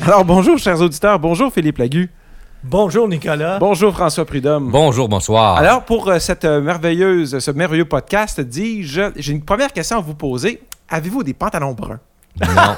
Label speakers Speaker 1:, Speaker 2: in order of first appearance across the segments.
Speaker 1: Alors, bonjour, chers auditeurs. Bonjour, Philippe Lagu.
Speaker 2: Bonjour, Nicolas.
Speaker 1: Bonjour, François Prudhomme.
Speaker 3: Bonjour, bonsoir.
Speaker 1: Alors, pour ce merveilleux podcast, dis-je, j'ai une première question à vous poser. Avez-vous des pantalons bruns?
Speaker 3: Non.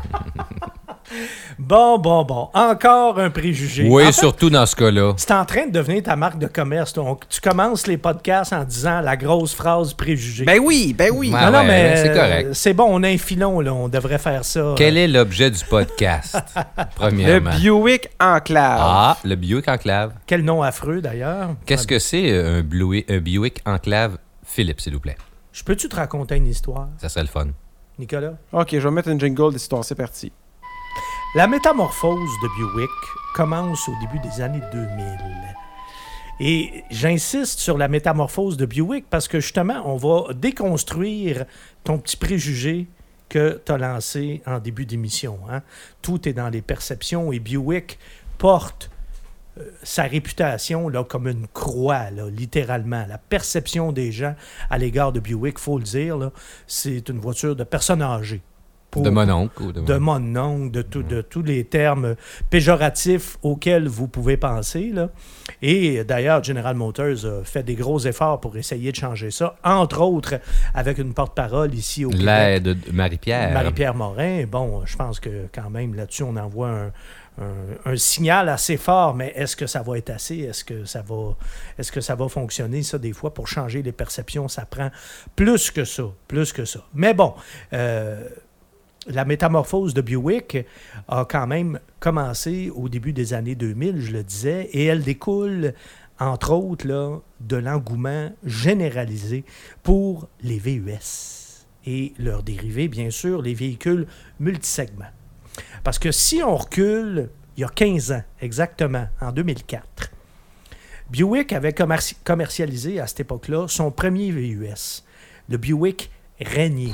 Speaker 2: Bon. Encore un préjugé.
Speaker 3: Oui,
Speaker 2: En fait,
Speaker 3: surtout dans ce cas-là.
Speaker 2: c'est en train de devenir ta marque de commerce. Donc, tu commences les podcasts en disant la grosse phrase préjugé.
Speaker 1: Ben oui.
Speaker 3: Ouais,
Speaker 2: non, mais
Speaker 3: c'est correct.
Speaker 2: c'est bon, on a un filon, là. On devrait faire ça.
Speaker 3: Quel est l'objet du podcast,
Speaker 1: Le
Speaker 3: premièrement?
Speaker 1: Buick Enclave.
Speaker 3: Ah, le Buick Enclave.
Speaker 2: Quel nom affreux, d'ailleurs.
Speaker 3: Qu'est-ce que c'est un Buick Enclave, Philippe, s'il vous plaît?
Speaker 2: Je peux-tu te raconter une histoire,
Speaker 3: Ça serait le fun.
Speaker 2: Nicolas?
Speaker 1: OK, je vais mettre une jingle d'histoire, c'est parti.
Speaker 2: La métamorphose de Buick commence au début des années 2000. Et j'insiste sur la métamorphose de Buick parce que justement, on va déconstruire ton petit préjugé que tu as lancé en début d'émission. Hein? Tout est dans les perceptions et Buick porte sa réputation là, comme une croix, là, littéralement. La perception des gens à l'égard de Buick, il faut le dire, là, c'est une voiture de personnes âgées.
Speaker 3: De mon oncle ou
Speaker 2: De mon oncle, de tous les termes péjoratifs auxquels vous pouvez penser. Là. Et d'ailleurs, General Motors a fait des gros efforts pour essayer de changer ça, entre autres avec une porte-parole ici au Québec.
Speaker 3: L'aide de Marie-Pierre.
Speaker 2: Marie-Pierre Morin. Bon, je pense que quand même, là-dessus, on envoie un signal assez fort, mais est-ce que ça va être assez? Est-ce que ça va fonctionner, ça, des fois, pour changer les perceptions? Ça prend plus que ça. Mais bon, la métamorphose de Buick a quand même commencé au début des années 2000, je le disais, et elle découle, entre autres, là, de l'engouement généralisé pour les VUS et leurs dérivés, bien sûr, les véhicules multisegments. Parce que si on recule, il y a 15 ans, exactement, en 2004, Buick avait commercialisé à cette époque-là son premier VUS, le Buick Rainier.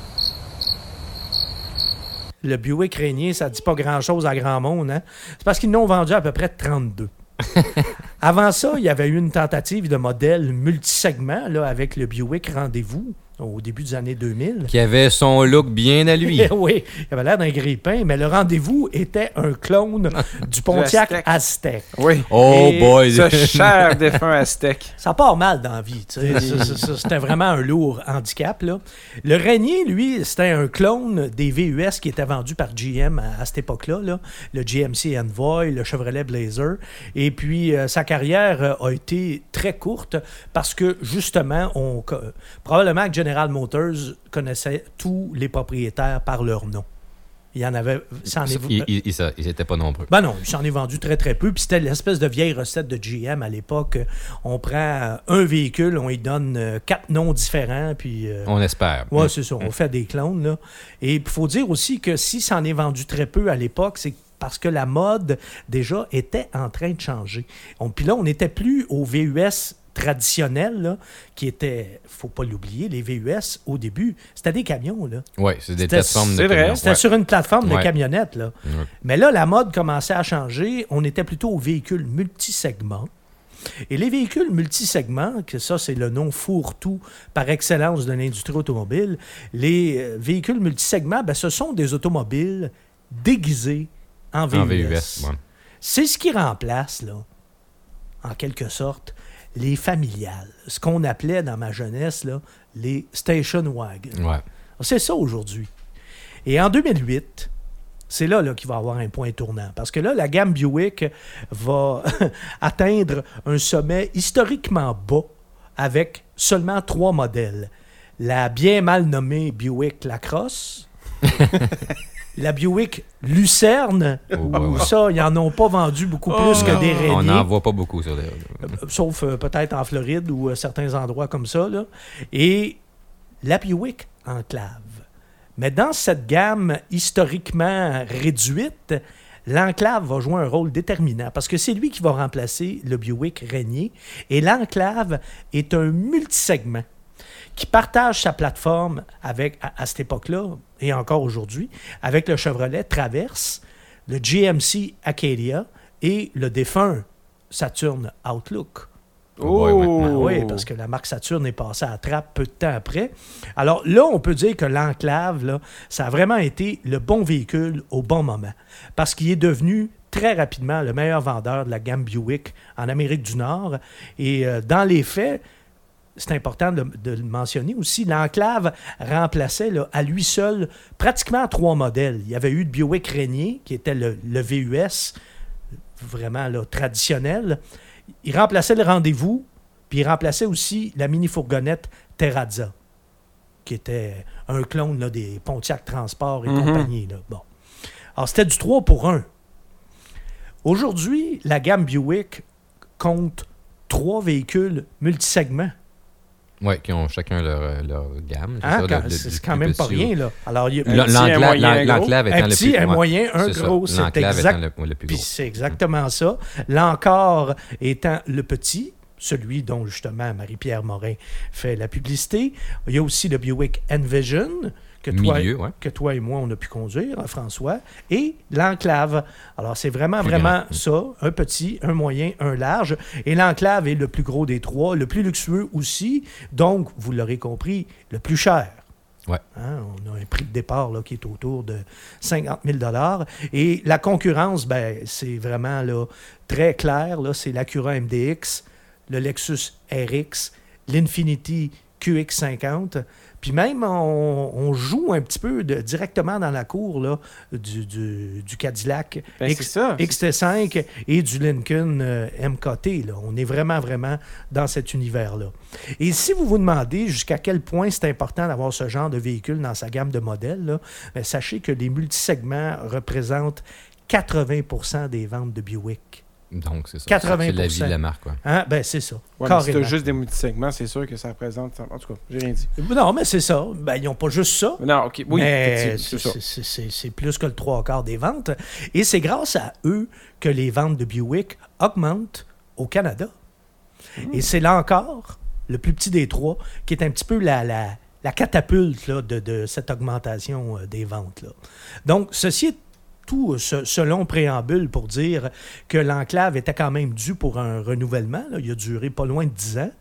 Speaker 2: Le Buick Rainier, ça ne dit pas grand-chose à grand monde. Hein? C'est parce qu'ils l'ont vendu à peu près 32. Avant ça, il y avait eu une tentative de modèle multisegment là, avec le Buick Rendez-vous au début des années 2000.
Speaker 3: Qui avait son look bien à lui.
Speaker 2: Oui, il avait l'air d'un grille-pain, mais le Rendez-vous était un clone du Pontiac Aztec.
Speaker 1: Oui.
Speaker 3: Oh boy!
Speaker 1: Ce cher défunt Aztec.
Speaker 2: Ça part mal dans la vie. Tu sais. C'était vraiment un lourd handicap. Là. Le Rainier, lui, c'était un clone des VUS qui étaient vendus par GM à cette époque-là. Là. Le GMC Envoy, le Chevrolet Blazer. Et puis, sa carrière a été très courte parce que, justement, probablement que General Motors connaissait tous les propriétaires par leur nom. Il y en avait...
Speaker 3: Ils n'étaient pas nombreux.
Speaker 2: Ben non, il s'en est vendu très, très peu. Puis c'était l'espèce de vieille recette de GM à l'époque. On prend un véhicule, on lui donne 4 noms différents. Puis,
Speaker 3: on espère.
Speaker 2: Oui, c'est ça. On fait des clones. Là. Et il faut dire aussi que si ça en est vendu très peu à l'époque, c'est parce que la mode, déjà, était en train de changer. Puis là, on n'était plus au VUS traditionnel, là, qui était, faut pas l'oublier, les VUS, au début, c'était des camions.
Speaker 3: Oui, c'est des plateformes de camions.
Speaker 2: C'était sur une plateforme de camionnettes. Là.
Speaker 3: Ouais.
Speaker 2: Mais là, la mode commençait à changer. On était plutôt aux véhicules multisegments. Et les véhicules multisegments, que ça, c'est le nom fourre-tout par excellence de l'industrie automobile, les véhicules multisegments, ben, ce sont des automobiles déguisés en VUS.
Speaker 3: Ouais.
Speaker 2: C'est ce qui remplace, là, en quelque sorte, les familiales. Ce qu'on appelait dans ma jeunesse, là, les station wagon.
Speaker 3: Ouais.
Speaker 2: C'est ça aujourd'hui. Et en 2008, c'est là qu'il va y avoir un point tournant. Parce que là, la gamme Buick va atteindre un sommet historiquement bas avec seulement 3 modèles. La bien mal nommée Buick Lacrosse, la Buick Lucerne, où ça, ils n'en ont pas vendu beaucoup plus que des Rainiers.
Speaker 3: On n'en voit pas beaucoup sur les...
Speaker 2: Sauf peut-être en Floride ou certains endroits comme ça. Là. Et la Buick Enclave. Mais dans cette gamme historiquement réduite, l'Enclave va jouer un rôle déterminant parce que c'est lui qui va remplacer le Buick Rainier. Et l'Enclave est un multisegment qui partage sa plateforme avec, à cette époque-là, et encore aujourd'hui, avec le Chevrolet Traverse, le GMC Acadia et le défunt Saturn Outlook. Oui, parce que la marque Saturn est passée à la trappe peu de temps après. Alors là, on peut dire que l'Enclave, là, ça a vraiment été le bon véhicule au bon moment. Parce qu'il est devenu très rapidement le meilleur vendeur de la gamme Buick en Amérique du Nord. Et dans les faits, c'est important de le mentionner aussi, l'Enclave remplaçait là, à lui seul pratiquement 3 modèles. Il y avait eu le Buick Rainier, qui était le VUS, vraiment là, traditionnel. Il remplaçait le Rendez-vous, puis il remplaçait aussi la mini-fourgonnette Terrazza, qui était un clone là, des Pontiac Transport et compagnie. Là. Bon. Alors, c'était du 3 pour 1. Aujourd'hui, la gamme Buick compte 3 véhicules multisegments.
Speaker 3: Oui, qui ont chacun leur gamme.
Speaker 2: C'est quand même pas rien, là. Alors, il y a
Speaker 3: l'Enclave étant
Speaker 2: un petit, un moyen, un gros, c'est exact.
Speaker 3: Le plus
Speaker 2: Puis
Speaker 3: gros.
Speaker 2: c'est exactement ça. L'Encore étant le petit, celui dont justement Marie-Pierre Morin fait la publicité. Il y a aussi le Buick Envision, que toi et moi, on a pu conduire, François, et l'Enclave. Alors, c'est vraiment ça, un petit, un moyen, un large. Et l'Enclave est le plus gros des 3, le plus luxueux aussi, donc, vous l'aurez compris, le plus cher.
Speaker 3: Ouais.
Speaker 2: Hein, on a un prix de départ là, qui est autour de 50 000 $. Et la concurrence, c'est vraiment là, très clair. Là, c'est l'Acura MDX, le Lexus RX, l'Infiniti QX50. Puis même, on joue un petit peu directement dans la cour là, du Cadillac XT5 et du Lincoln MKT. Là. On est vraiment, vraiment dans cet univers-là. Et si vous vous demandez jusqu'à quel point c'est important d'avoir ce genre de véhicule dans sa gamme de modèles, là, sachez que les multisegments représentent 80% des ventes de Buick.
Speaker 3: Donc, c'est ça.
Speaker 2: 80%.
Speaker 3: C'est la vie de la marque, quoi.
Speaker 2: Hein? C'est ça.
Speaker 1: Ouais, mais si tu as juste des multisegments, c'est sûr que ça représente... En tout cas, j'ai rien dit.
Speaker 2: Non, mais c'est ça. Ils n'ont pas juste ça.
Speaker 1: Non, OK. Oui,
Speaker 2: mais
Speaker 1: c'est ça.
Speaker 2: C'est plus que le 3/4 des ventes. Et c'est grâce à eux que les ventes de Buick augmentent au Canada. Et c'est là encore le plus petit des 3 qui est un petit peu la catapulte là, de cette augmentation des ventes. Là. Donc, ceci est tout ce long préambule pour dire que l'Enclave était quand même dû pour un renouvellement. Là. Il a duré pas loin de 10 ans.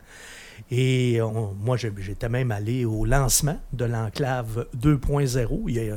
Speaker 2: Et moi, j'étais même allé au lancement de l'Enclave 2.0 il y a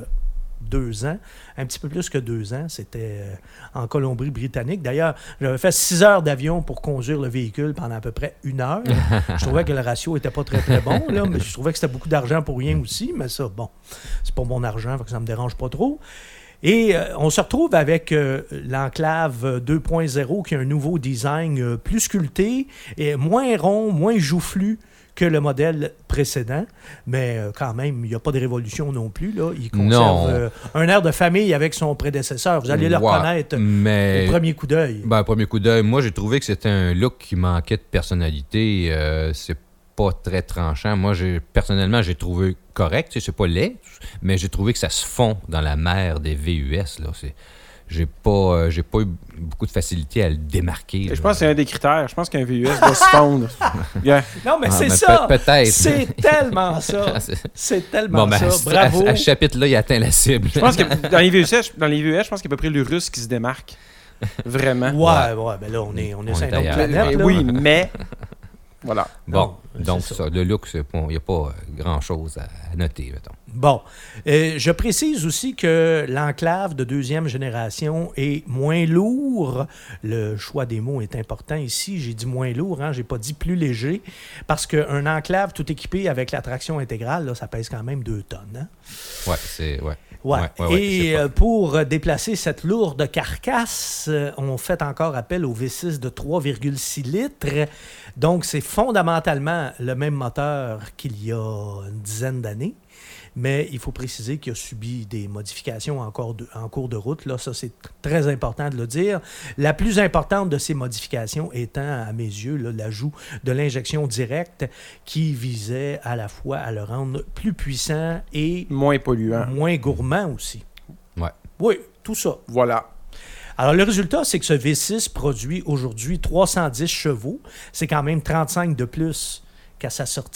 Speaker 2: 2 ans, un petit peu plus que 2 ans. C'était en Colombie-Britannique. D'ailleurs, j'avais fait 6 heures d'avion pour conduire le véhicule pendant à peu près 1 heure. Je trouvais que le ratio n'était pas très, très bon, là, mais je trouvais que c'était beaucoup d'argent pour rien aussi. Mais ça, bon, c'est pas mon argent, fait que ça me dérange pas trop. Et on se retrouve avec l'Enclave 2.0 qui a un nouveau design plus sculpté, et moins rond, moins joufflu que le modèle précédent. Mais quand même, il n'y a pas de révolution non plus. Là. Il conserve un air de famille avec son prédécesseur. Vous allez le reconnaître au premier coup d'œil.
Speaker 3: Au premier coup d'œil, moi, j'ai trouvé que c'était un look qui manquait de personnalité. C'est pas très tranchant. Moi, personnellement, j'ai trouvé correct. C'est pas laid, mais j'ai trouvé que ça se fond dans la mer des VUS. Là. J'ai pas eu beaucoup de facilité à le démarquer.
Speaker 1: Je pense que c'est un des critères. Je pense qu'un VUS doit se fondre. Yeah.
Speaker 2: Non, mais c'est ça.
Speaker 3: Peut-être.
Speaker 2: C'est tellement ça. C'est tellement ça. Bravo.
Speaker 3: À ce chapitre-là, il atteint la cible.
Speaker 1: Je pense que dans les VUS, je pense qu'il y a à peu près le russe qui se démarque. Vraiment.
Speaker 2: Ouais, ben là, on est sur une autre planète.
Speaker 1: Oui, mais... Voilà.
Speaker 3: Bon, donc ça, le look, il n'y a pas grand-chose à noter, mettons.
Speaker 2: Bon. Je précise aussi que l'Enclave de 2e génération est moins lourd. Le choix des mots est important ici. J'ai dit moins lourd, hein, j'ai pas dit plus léger, parce qu'un Enclave tout équipé avec la traction intégrale, là, ça pèse quand même 2 tonnes. Hein?
Speaker 3: Ouais, c'est... Ouais.
Speaker 2: Ouais. Et pour déplacer cette lourde carcasse, on fait encore appel au V6 de 3,6 litres. Donc, c'est fondamentalement le même moteur qu'il y a une dizaine d'années. Mais il faut préciser qu'il a subi des modifications en cours de route. Là, ça, c'est très important de le dire. La plus importante de ces modifications étant, à mes yeux, là, l'ajout de l'injection directe qui visait à la fois à le rendre plus puissant et
Speaker 1: moins polluant.
Speaker 2: Moins gourmand aussi.
Speaker 3: Ouais.
Speaker 2: Oui, tout ça.
Speaker 1: Voilà.
Speaker 2: Alors, le résultat, c'est que ce V6 produit aujourd'hui 310 chevaux. C'est quand même 35 de plus qu'à sa sortie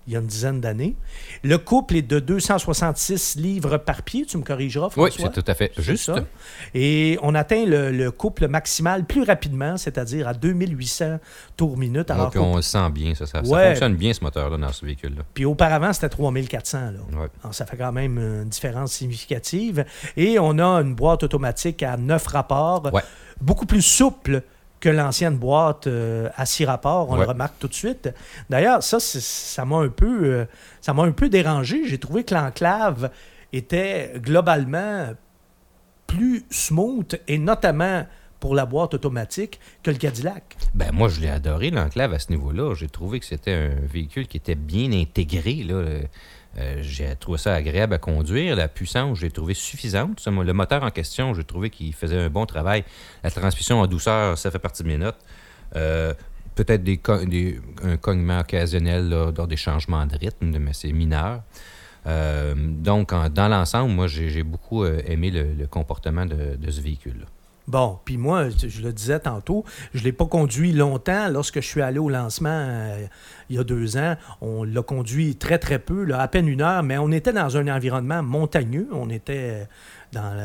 Speaker 2: il y a une dizaine d'années. Le couple est de 266 livres par pied, tu me corrigeras, François?
Speaker 3: Oui, c'est tout à fait juste.
Speaker 2: Ça. Et on atteint le couple maximal plus rapidement, c'est-à-dire à 2800 tours minute. Alors
Speaker 3: on le sent bien, ça fonctionne bien ce moteur-là dans ce véhicule-là.
Speaker 2: Puis auparavant, c'était 3400. Là.
Speaker 3: Ouais.
Speaker 2: Alors, ça fait quand même une différence significative. Et on a une boîte automatique à 9 rapports, beaucoup plus souple que l'ancienne boîte à 6 rapports, on le remarque tout de suite. D'ailleurs, ça m'a un peu dérangé. J'ai trouvé que l'Enclave était globalement plus smooth, et notamment pour la boîte automatique, que le Cadillac.
Speaker 3: Ben moi, je l'ai adoré, l'Enclave, à ce niveau-là. J'ai trouvé que c'était un véhicule qui était bien intégré, là. J'ai trouvé ça agréable à conduire. La puissance, j'ai trouvé suffisante. Le moteur en question, j'ai trouvé qu'il faisait un bon travail. La transmission en douceur, ça fait partie de mes notes. Peut-être un cognement occasionnel là, lors des changements de rythme, mais c'est mineur. Donc, dans l'ensemble, moi, j'ai beaucoup aimé le comportement de ce véhicule-là.
Speaker 2: Bon, puis moi, je le disais tantôt, je ne l'ai pas conduit longtemps. Lorsque je suis allé au lancement il y a 2 ans, on l'a conduit très, très peu, là, à peine 1 heure, mais on était dans un environnement montagneux. On était dans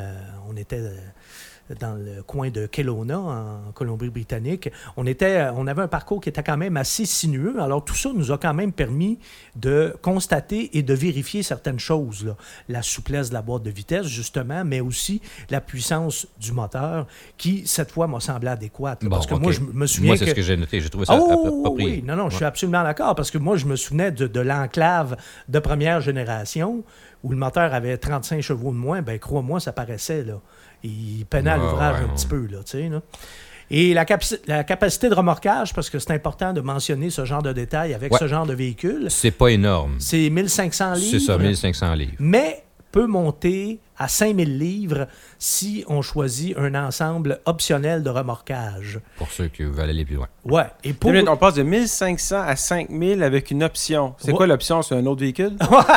Speaker 2: le coin de Kelowna, en Colombie-Britannique. On avait un parcours qui était quand même assez sinueux. Alors, tout ça nous a quand même permis de constater et de vérifier certaines choses, là. La souplesse de la boîte de vitesse, justement, mais aussi la puissance du moteur, qui, cette fois, m'a semblé adéquate. Parce que moi, je me souviens
Speaker 3: Moi, c'est ce que j'ai noté. J'ai trouvé ça approprié.
Speaker 2: Oui, non, je suis absolument d'accord. Parce que moi, je me souvenais de l'Enclave de première génération, où le moteur avait 35 chevaux de moins. Ben crois-moi, ça paraissait, là. Il peinait à l'ouvrage un petit peu, là, tu sais, là. Et la capacité de remorquage, parce que c'est important de mentionner ce genre de détails avec ce genre de véhicule.
Speaker 3: C'est pas énorme.
Speaker 2: C'est 1500 livres.
Speaker 3: C'est ça, 1500 livres.
Speaker 2: Mais peut monter à 5000 livres si on choisit un ensemble optionnel de remorquage.
Speaker 3: Pour ceux qui veulent aller plus loin.
Speaker 2: Ouais. Et pour...
Speaker 1: On passe de 1500 à 5000 avec une option. C'est quoi l'option? C'est un autre véhicule?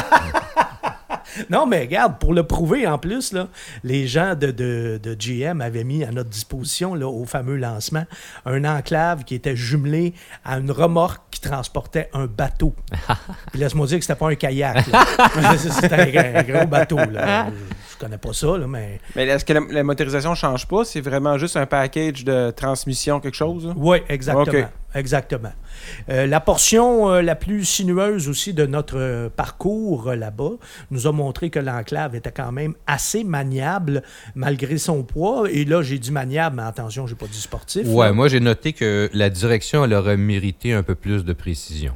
Speaker 2: Non, mais regarde, pour le prouver en plus, là, les gens de GM avaient mis à notre disposition, là, au fameux lancement, un Enclave qui était jumelé à une remorque qui transportait un bateau. Puis laisse-moi dire que c'était pas un kayak. C'était un gros bateau. Là. Je connais pas ça, là, mais...
Speaker 1: Mais est-ce que la motorisation ne change pas? C'est vraiment juste un package de transmission, quelque chose?
Speaker 2: Oui, exactement.
Speaker 1: Okay.
Speaker 2: Exactement. La portion la plus sinueuse aussi de notre parcours là-bas nous a montré que l'Enclave était quand même assez maniable malgré son poids. Et là, j'ai dit maniable, mais attention, j'ai pas dit sportif.
Speaker 3: Ouais,
Speaker 2: là.
Speaker 3: moi j'ai noté que la direction, elle aurait mérité un peu plus de précision.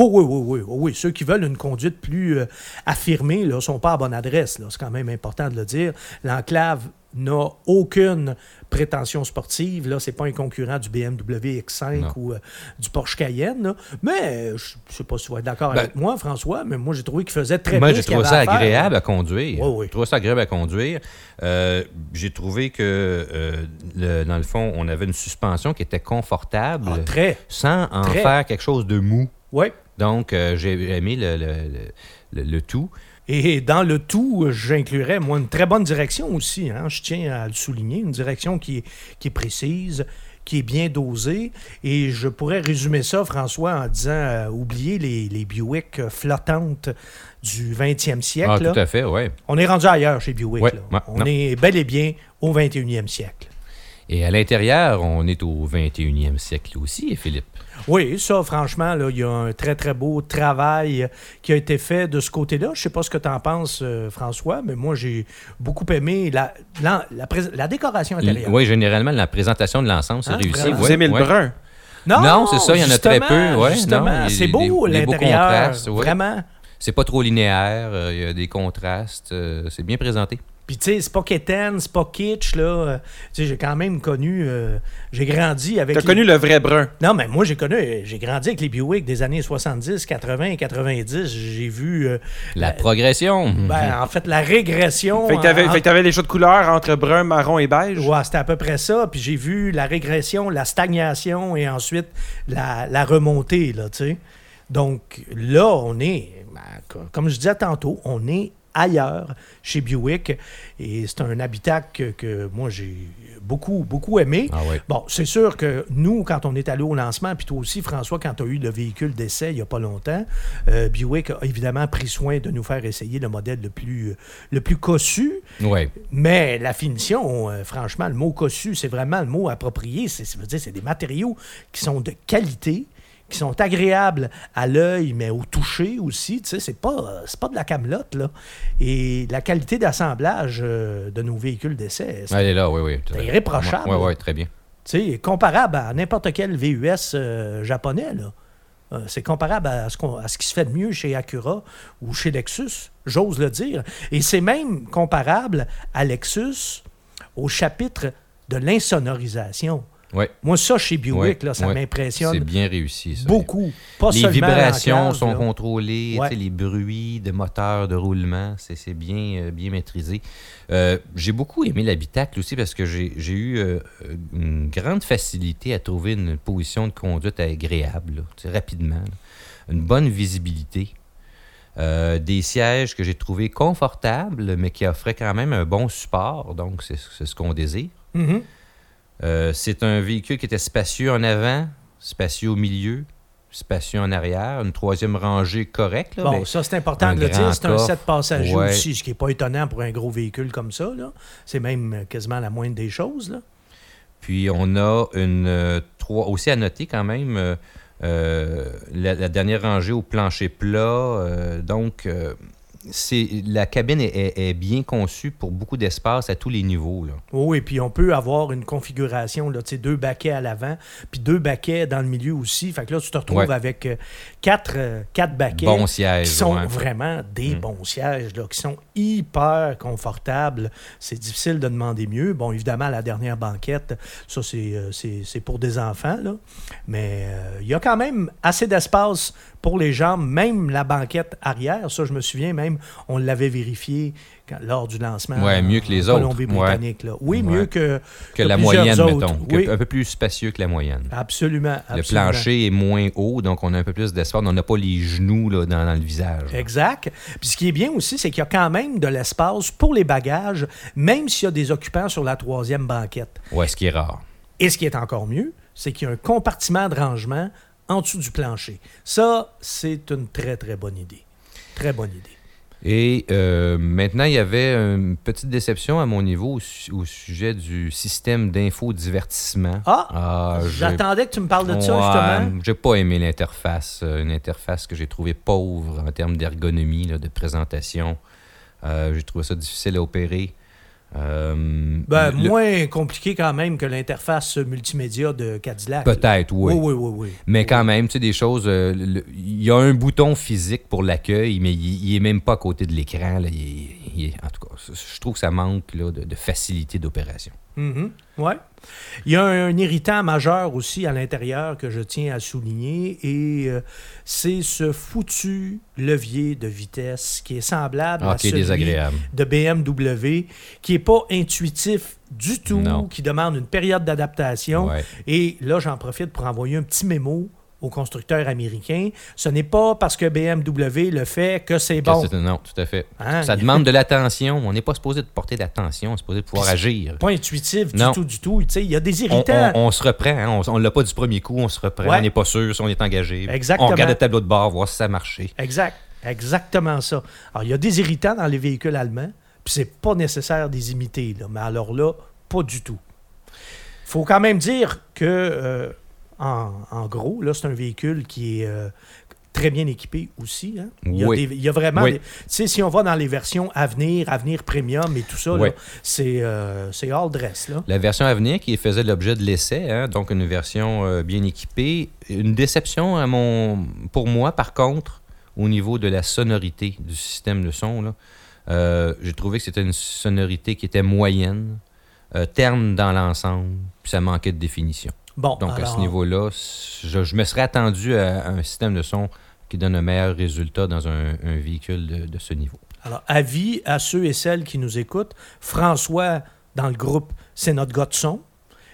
Speaker 2: Oui. Ceux qui veulent une conduite plus affirmée ne sont pas à bonne adresse. Là. C'est quand même important de le dire. L'Enclave n'a aucune prétention sportive. Là, c'est pas un concurrent du BMW X5 ou du Porsche Cayenne. Là. Mais je ne sais pas si tu vas être d'accord avec moi, François, mais moi, j'ai trouvé qu'il faisait très bien.
Speaker 3: Moi, j'ai trouvé ça agréable à conduire.
Speaker 2: Oui.
Speaker 3: J'ai trouvé ça agréable à conduire. J'ai trouvé que, dans le fond, on avait une suspension qui était confortable. Sans en faire quelque chose de mou.
Speaker 2: Oui.
Speaker 3: Donc, j'ai aimé le tout.
Speaker 2: Et dans le tout, j'inclurais, moi, une très bonne direction aussi. Hein, je tiens à le souligner. Une direction qui est précise, qui est bien dosée. Et je pourrais résumer ça, François, en disant oubliez les Buick flottantes du 20e siècle.
Speaker 3: Ah, tout à fait, oui.
Speaker 2: On est rendu ailleurs chez Buick.
Speaker 3: Ouais,
Speaker 2: là. On est bel et bien au 21e siècle.
Speaker 3: Et à l'intérieur, on est au 21e siècle aussi, Philippe.
Speaker 2: Oui, ça, franchement, là, il y a un très, très beau travail qui a été fait de ce côté-là. Je ne sais pas ce que tu en penses, François, mais moi, j'ai beaucoup aimé la décoration intérieure.
Speaker 3: Oui, généralement, la présentation de l'ensemble, c'est réussi.
Speaker 1: Vous aimez le brun?
Speaker 2: Non,
Speaker 3: c'est ça, il y en a très peu. Ouais,
Speaker 2: justement, c'est beau, l'intérieur, vraiment.
Speaker 3: C'est pas trop linéaire, il y a des contrastes, c'est bien présenté.
Speaker 2: Puis, tu sais, c'est pas quétaine, c'est pas kitsch, là. Tu sais, j'ai quand même connu... j'ai grandi avec...
Speaker 1: T'as connu le vrai brun.
Speaker 2: Non, mais moi, j'ai grandi avec les Buick des années 70, 80 et 90. J'ai vu...
Speaker 3: la progression.
Speaker 2: Ben, en fait, la régression...
Speaker 1: Fait que t'avais les choix de couleurs entre brun, marron et beige.
Speaker 2: Ouais, c'était à peu près ça. Puis j'ai vu la régression, la stagnation et ensuite la remontée, là, tu sais. Donc, là, on est... comme je disais tantôt, on est ailleurs chez Buick et c'est un habitacle que moi j'ai beaucoup, beaucoup aimé.
Speaker 3: Ah ouais.
Speaker 2: Bon, c'est sûr que nous, quand on est allé au lancement, puis toi aussi, François, quand tu as eu le véhicule d'essai il n'y a pas longtemps, Buick a évidemment pris soin de nous faire essayer le modèle le plus cossu.
Speaker 3: Ouais.
Speaker 2: Mais la finition, franchement, le mot cossu, c'est vraiment le mot approprié. Ça veut dire c'est des matériaux qui sont de qualité, qui sont agréables à l'œil, mais au toucher aussi. Tu sais, c'est pas de la camelote, là. Et la qualité d'assemblage de nos véhicules d'essai,
Speaker 3: Elle est là, oui.
Speaker 2: c'est irréprochable.
Speaker 3: Oui, très bien.
Speaker 2: Tu sais, comparable à n'importe quel VUS japonais, là. C'est comparable à ce qui se fait de mieux chez Acura ou chez Lexus, j'ose le dire. Et c'est même comparable à Lexus au chapitre de l'insonorisation.
Speaker 3: Ouais.
Speaker 2: Moi, ça, chez Buick, là, ça
Speaker 3: C'est
Speaker 2: m'impressionne
Speaker 3: bien réussi, ça.
Speaker 2: beaucoup. Pas
Speaker 3: Les
Speaker 2: seulement
Speaker 3: vibrations
Speaker 2: l'enclave,
Speaker 3: sont
Speaker 2: là.
Speaker 3: contrôlées,
Speaker 2: Ouais.
Speaker 3: tu sais, les bruits de moteur, de roulement, c'est bien, bien maîtrisé. J'ai beaucoup aimé l'habitacle aussi parce que j'ai eu une grande facilité à trouver une position de conduite agréable, là, tu sais, rapidement. Là. Une bonne visibilité. Des sièges que j'ai trouvés confortables, mais qui offraient quand même un bon support, donc c'est ce qu'on désire.
Speaker 2: Mhm.
Speaker 3: C'est un véhicule qui était spacieux en avant, spacieux au milieu, spacieux en arrière, une troisième rangée correcte. Là,
Speaker 2: Bon,
Speaker 3: mais
Speaker 2: ça, c'est important
Speaker 3: un
Speaker 2: de le
Speaker 3: grand
Speaker 2: dire. C'est un
Speaker 3: coffre.
Speaker 2: 7 passagers
Speaker 3: Ouais.
Speaker 2: aussi, ce qui n'est pas étonnant pour un gros véhicule comme ça, là. C'est même quasiment la moindre des choses, là.
Speaker 3: Puis on a aussi à noter quand même la dernière rangée au plancher plat. Donc, la cabine est bien conçue pour beaucoup d'espace à tous les niveaux. Là.
Speaker 2: Oui, et puis on peut avoir une configuration, là, tu sais, 2 baquets à l'avant, puis 2 baquets dans le milieu aussi. Fait que là, tu te retrouves
Speaker 3: Ouais.
Speaker 2: avec 4 baquets
Speaker 3: Bon siège.
Speaker 2: qui sont
Speaker 3: ouais.
Speaker 2: vraiment des bons sièges, là, qui sont hyper confortables. C'est difficile de demander mieux. Bon, évidemment, la dernière banquette, ça, c'est pour des enfants, là. Mais il y a quand même assez d'espace pour les jambes, même la banquette arrière. Ça, je me souviens même, on l'avait vérifié lors du lancement.
Speaker 3: Ouais, mieux que les
Speaker 2: en
Speaker 3: autres.
Speaker 2: Colombie-Britannique, là. Oui,
Speaker 3: Ouais.
Speaker 2: mieux que
Speaker 3: la
Speaker 2: plusieurs
Speaker 3: moyenne,
Speaker 2: autres.
Speaker 3: mettons.
Speaker 2: Oui.
Speaker 3: Un peu plus spacieux que la moyenne.
Speaker 2: Absolument.
Speaker 3: Le
Speaker 2: absolument.
Speaker 3: plancher est moins haut, donc on a un peu plus d'espace. On n'a pas les genoux là, dans le visage. là.
Speaker 2: Exact. Puis ce qui est bien aussi, c'est qu'il y a quand même de l'espace pour les bagages, même s'il y a des occupants sur la 3e banquette.
Speaker 3: Ouais, ce qui est rare.
Speaker 2: Et ce qui est encore mieux, c'est qu'il y a un compartiment de rangement en dessous du plancher. Ça, c'est une très, très bonne idée. Très bonne idée.
Speaker 3: Et maintenant, il y avait une petite déception à mon niveau au sujet du système d'infodivertissement.
Speaker 2: J'attendais que tu me parles de ça, justement.
Speaker 3: J'ai pas aimé l'interface. Une interface que j'ai trouvée pauvre en termes d'ergonomie, là, de présentation. J'ai trouvé ça difficile à opérer.
Speaker 2: Moins compliqué quand même que l'interface multimédia de Cadillac.
Speaker 3: Peut-être, oui.
Speaker 2: Oui.
Speaker 3: Mais quand même, tu sais, des choses... Il y a un bouton physique pour l'accueil, mais il est même pas à côté de l'écran. Là. En tout cas, je trouve que ça manque là, de facilité d'opération.
Speaker 2: Ouais. Il y a un irritant majeur aussi à l'intérieur que je tiens à souligner et c'est ce foutu levier de vitesse qui est semblable à
Speaker 3: qui est
Speaker 2: celui
Speaker 3: désagréable.
Speaker 2: de BMW, qui n'est pas intuitif du tout,
Speaker 3: Non.
Speaker 2: qui demande une période d'adaptation.
Speaker 3: Ouais.
Speaker 2: Et là, j'en profite pour envoyer un petit mémo aux constructeurs américains. Ce n'est pas parce que BMW le fait que c'est bon.
Speaker 3: Non, tout à fait.
Speaker 2: Hein?
Speaker 3: Ça demande de l'attention. On n'est pas supposé de porter d'attention, on est supposé de pouvoir agir.
Speaker 2: Pas intuitif
Speaker 3: Non.
Speaker 2: du tout. Tu sais, il y a des irritants.
Speaker 3: On se reprend, hein. On ne l'a pas du premier coup, on se reprend,
Speaker 2: Ouais.
Speaker 3: on n'est pas sûr si on est engagé.
Speaker 2: Exactement.
Speaker 3: On regarde le tableau de bord, voir si ça a marché.
Speaker 2: Exact. Exactement ça. Alors, il y a des irritants dans les véhicules allemands, puis c'est pas nécessaire de les imiter, là. Mais alors là, pas du tout. Il faut quand même dire que, en gros, là, c'est un véhicule qui est très bien équipé aussi. Hein?
Speaker 3: Oui.
Speaker 2: Il y a vraiment...
Speaker 3: Oui.
Speaker 2: Tu sais, si on va dans les versions Avenir Premium et tout ça,
Speaker 3: Oui.
Speaker 2: là, c'est all dress, là.
Speaker 3: La version à venir qui faisait l'objet de l'essai, hein, donc une version bien équipée. Une déception pour moi, par contre, au niveau de la sonorité du système de son. Là. J'ai trouvé que c'était une sonorité qui était moyenne, terne dans l'ensemble, puis ça manquait de définition.
Speaker 2: Bon,
Speaker 3: Donc, à
Speaker 2: alors,
Speaker 3: ce niveau-là, je me serais attendu à un système de son qui donne un meilleur résultat dans un véhicule de ce niveau.
Speaker 2: Alors, avis à ceux et celles qui nous écoutent. François, dans le groupe, c'est notre gars de son.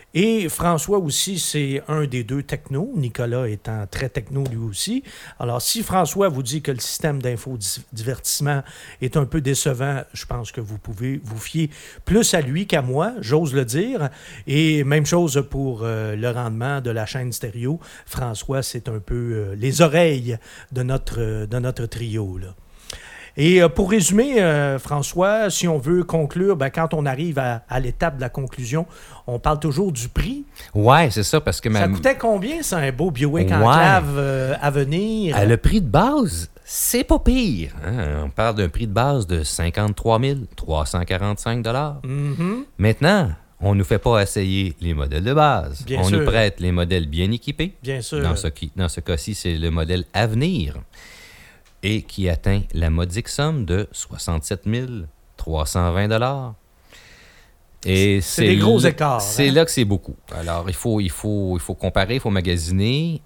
Speaker 2: Et François aussi, c'est un des deux technos, Nicolas étant très techno lui aussi. Alors, si François vous dit que le système d'infodivertissement est un peu décevant, je pense que vous pouvez vous fier plus à lui qu'à moi, j'ose le dire. Et même chose pour le rendement de la chaîne stéréo. François, c'est un peu les oreilles de notre trio, là. Et pour résumer, François, si on veut conclure, quand on arrive à l'étape de la conclusion, on parle toujours du prix.
Speaker 3: Ouais, c'est ça, parce que...
Speaker 2: Ça coûtait combien, ça, un beau Buick Enclave à venir?
Speaker 3: Le prix de base, c'est pas pire. Hein? On parle d'un prix de base de 53 345 $. Maintenant, on ne nous fait pas essayer les modèles de base.
Speaker 2: Bien
Speaker 3: on
Speaker 2: sûr.
Speaker 3: nous prête les modèles bien équipés.
Speaker 2: Bien sûr.
Speaker 3: Dans ce cas-ci, c'est le modèle Avenir. Et qui atteint la modique somme de 67 320 $. Et
Speaker 2: c'est des gros écarts.
Speaker 3: C'est
Speaker 2: hein?
Speaker 3: là que c'est beaucoup. Alors, il faut comparer, il faut magasiner.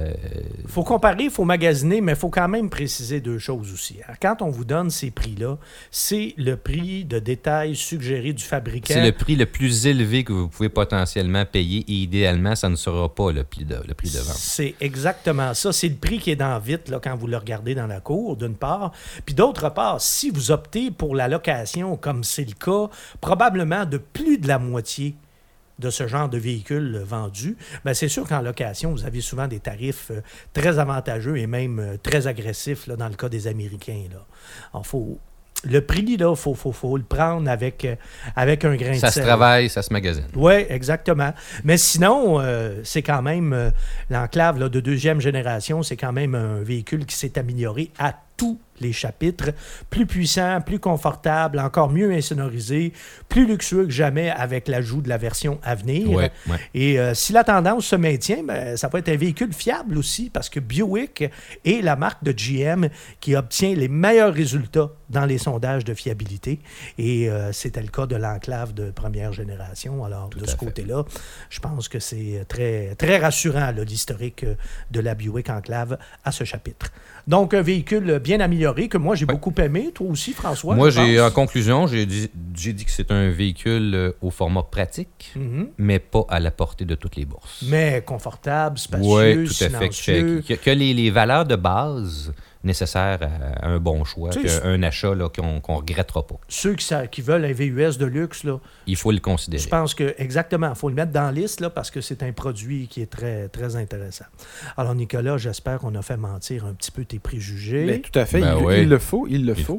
Speaker 2: Il faut comparer, il faut magasiner, mais il faut quand même préciser deux choses aussi. Quand on vous donne ces prix-là, c'est le prix de détail suggéré du fabricant.
Speaker 3: C'est le prix le plus élevé que vous pouvez potentiellement payer et idéalement, ça ne sera pas le prix de vente.
Speaker 2: C'est exactement ça. C'est le prix qui est dans vite là, quand vous le regardez dans la cour, d'une part. Puis d'autre part, si vous optez pour la location, comme c'est le cas, probablement de plus de la moitié de ce genre de véhicule vendu, c'est sûr qu'en location, vous avez souvent des tarifs très avantageux et même très agressifs là, dans le cas des Américains. Là. Alors, le prix, là, faut le prendre avec un grain de sel.
Speaker 3: Ça se travaille, ça se magasine.
Speaker 2: Oui, exactement. Mais sinon, c'est quand même l'Enclave là, de deuxième génération, c'est quand même un véhicule qui s'est amélioré à tous les chapitres, plus puissant, plus confortable, encore mieux insonorisé, plus luxueux que jamais avec l'ajout de la version Avenir.
Speaker 3: Ouais.
Speaker 2: Et si la tendance se maintient, ça va être un véhicule fiable aussi parce que Buick est la marque de GM qui obtient les meilleurs résultats dans les sondages de fiabilité. Et c'était le cas de l'Enclave de première génération. Alors, de ce côté-là, je pense que c'est très, très rassurant là, l'historique de la Buick Enclave à ce chapitre. Donc, un véhicule bien amélioré que moi, j'ai beaucoup aimé. Toi aussi, François?
Speaker 3: Moi, en conclusion, j'ai dit que c'est un véhicule au format pratique, mais pas à la portée de toutes les bourses.
Speaker 2: Mais confortable, spacieux, silencieux.
Speaker 3: Que les valeurs de base nécessaires à un bon choix, un achat là, qu'on ne regrettera pas.
Speaker 2: Ceux qui veulent un VUS de luxe, là,
Speaker 3: il faut le considérer.
Speaker 2: Je pense que, exactement, il faut le mettre dans la liste là, parce que c'est un produit qui est très, très intéressant. Alors, Nicolas, j'espère qu'on a fait mentir un petit peu tes préjugés.
Speaker 1: Mais tout à fait, il le faut.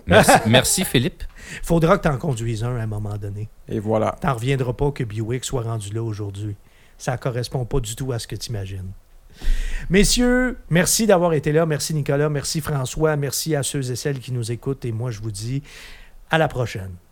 Speaker 3: Merci Philippe.
Speaker 2: Il faudra que tu en conduises un à un moment donné.
Speaker 1: Et voilà.
Speaker 2: Tu n'en reviendras pas que Buick soit rendu là aujourd'hui. Ça ne correspond pas du tout à ce que tu imagines. Messieurs, merci d'avoir été là. Merci Nicolas, merci François, merci à ceux et celles qui nous écoutent. Et moi, je vous dis à la prochaine.